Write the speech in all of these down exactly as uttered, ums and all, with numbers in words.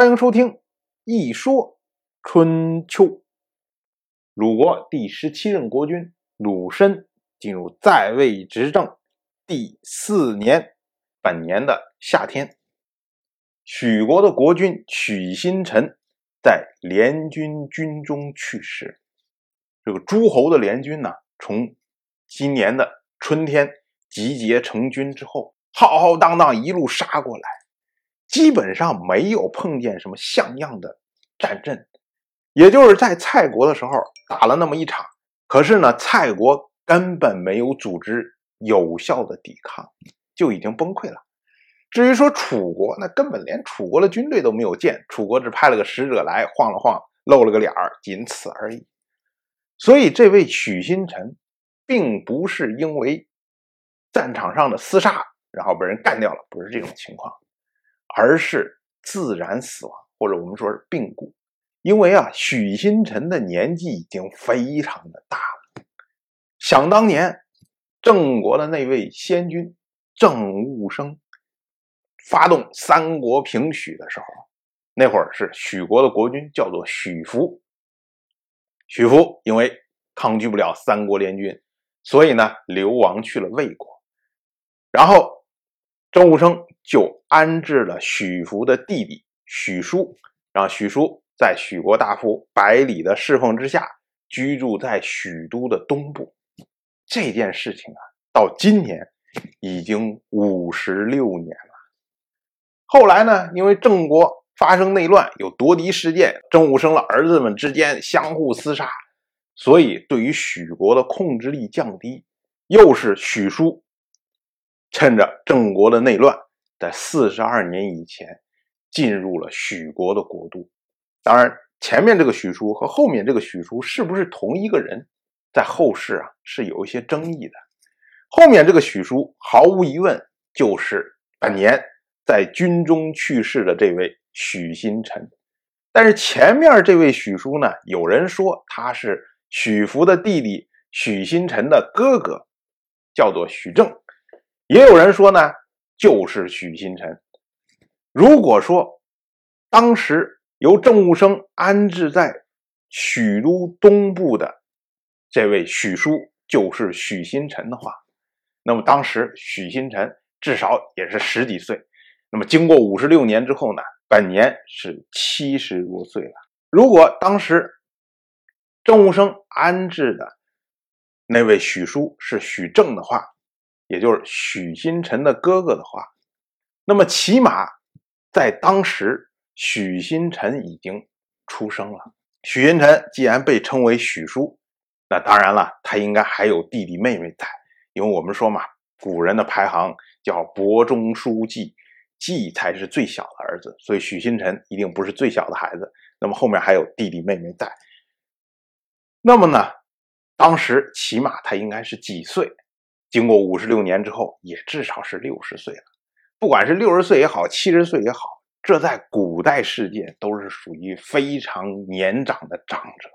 欢迎收听《一说春秋》。鲁国第十七任国君鲁申进入在位执政第四年，本年的夏天，许国的国君许新臣在联军军中去世。这个诸侯的联军呢，从今年的春天集结成军之后，浩浩荡荡一路杀过来，基本上没有碰见什么像样的战阵。也就是在蔡国的时候打了那么一场，可是呢，蔡国根本没有组织有效的抵抗，就已经崩溃了。至于说楚国，那根本连楚国的军队都没有见，楚国只派了个使者来晃了晃，露了个脸儿，仅此而已。所以这位许新臣并不是因为战场上的厮杀然后被人干掉了，不是这种情况，而是自然死亡，或者我们说是病故。因为啊，许新臣的年纪已经非常的大了。想当年郑国的那位先君郑务生发动三国平许的时候，那会儿是许国的国君叫做许福。许福因为抗拒不了三国联军，所以呢流亡去了魏国。然后郑务生就安置了许福的弟弟许叔，让许叔在许国大夫百里的侍奉之下，居住在许都的东部。这件事情啊，到今年已经五十六年了。后来呢，因为郑国发生内乱，有夺嫡事件，郑务生的儿子们之间相互厮杀，所以对于许国的控制力降低。又是许叔趁着郑国的内乱，在四十二年以前进入了许国的国都。当然前面这个许叔和后面这个许叔是不是同一个人，在后世啊是有一些争议的。后面这个许叔毫无疑问就是本年在军中去世的这位许新臣。但是前面这位许叔呢，有人说他是许福的弟弟许新臣的哥哥，叫做许正，也有人说呢就是许新臣。如果说当时由郑务生安置在许都东部的这位许叔就是许新臣的话，那么当时许新臣至少也是十几岁，那么经过五十六年之后呢，本年是七十多岁了。如果当时郑务生安置的那位许叔是许正的话，也就是许新臣的哥哥的话，那么起码在当时许新臣已经出生了。许新臣既然被称为许叔，那当然了，他应该还有弟弟妹妹在。因为我们说嘛，古人的排行叫伯中叔季，季才是最小的儿子，所以许新臣一定不是最小的孩子，那么后面还有弟弟妹妹在。那么呢，当时起码他应该是几岁？经过五十六年之后，也至少是六十岁了。不管是六十岁也好，七十岁也好，这在古代世界都是属于非常年长的长者。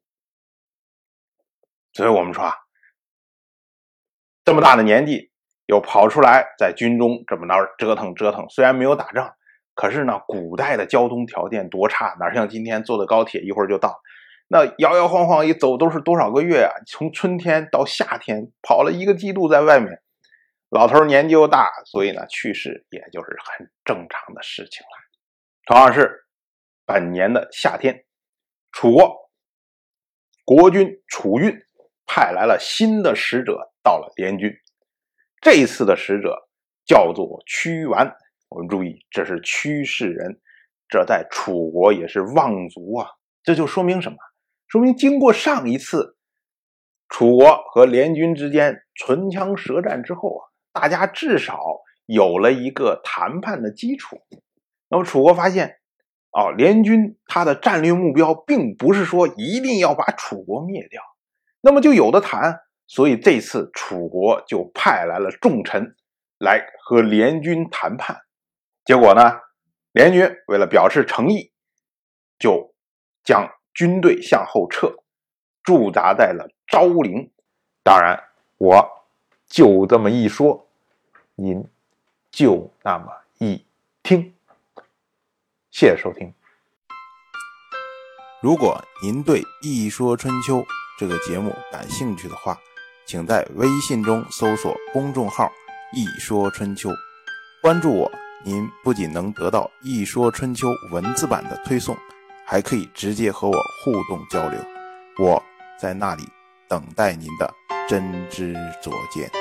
所以我们说啊，这么大的年纪又跑出来在军中这么着折腾折腾，虽然没有打仗，可是呢古代的交通条件多差，哪像今天坐的高铁一会儿就到，那摇摇晃晃一走都是多少个月啊，从春天到夏天跑了一个季度在外面。老头年纪又大，所以呢去世也就是很正常的事情了。同样是本年的夏天，楚国国君楚运派来了新的使者到了联军。这一次的使者叫做屈完，我们注意这是屈氏人，这在楚国也是望族啊。这就说明什么？说明经过上一次楚国和联军之间唇枪舌战之后啊，大家至少有了一个谈判的基础。那么楚国发现哦，联军他的战略目标并不是说一定要把楚国灭掉，那么就有的谈。所以这次楚国就派来了重臣来和联军谈判。结果呢，联军为了表示诚意，就将军队向后撤，驻扎在了昭陵。当然我就这么一说，您就那么一听。谢谢收听。 如果您对《一说春秋》这个节目感兴趣的话，请在微信中搜索公众号“一说春秋”，关注我，您不仅能得到《一说春秋》文字版的推送，还可以直接和我互动交流。我在那里等待您的真知灼见。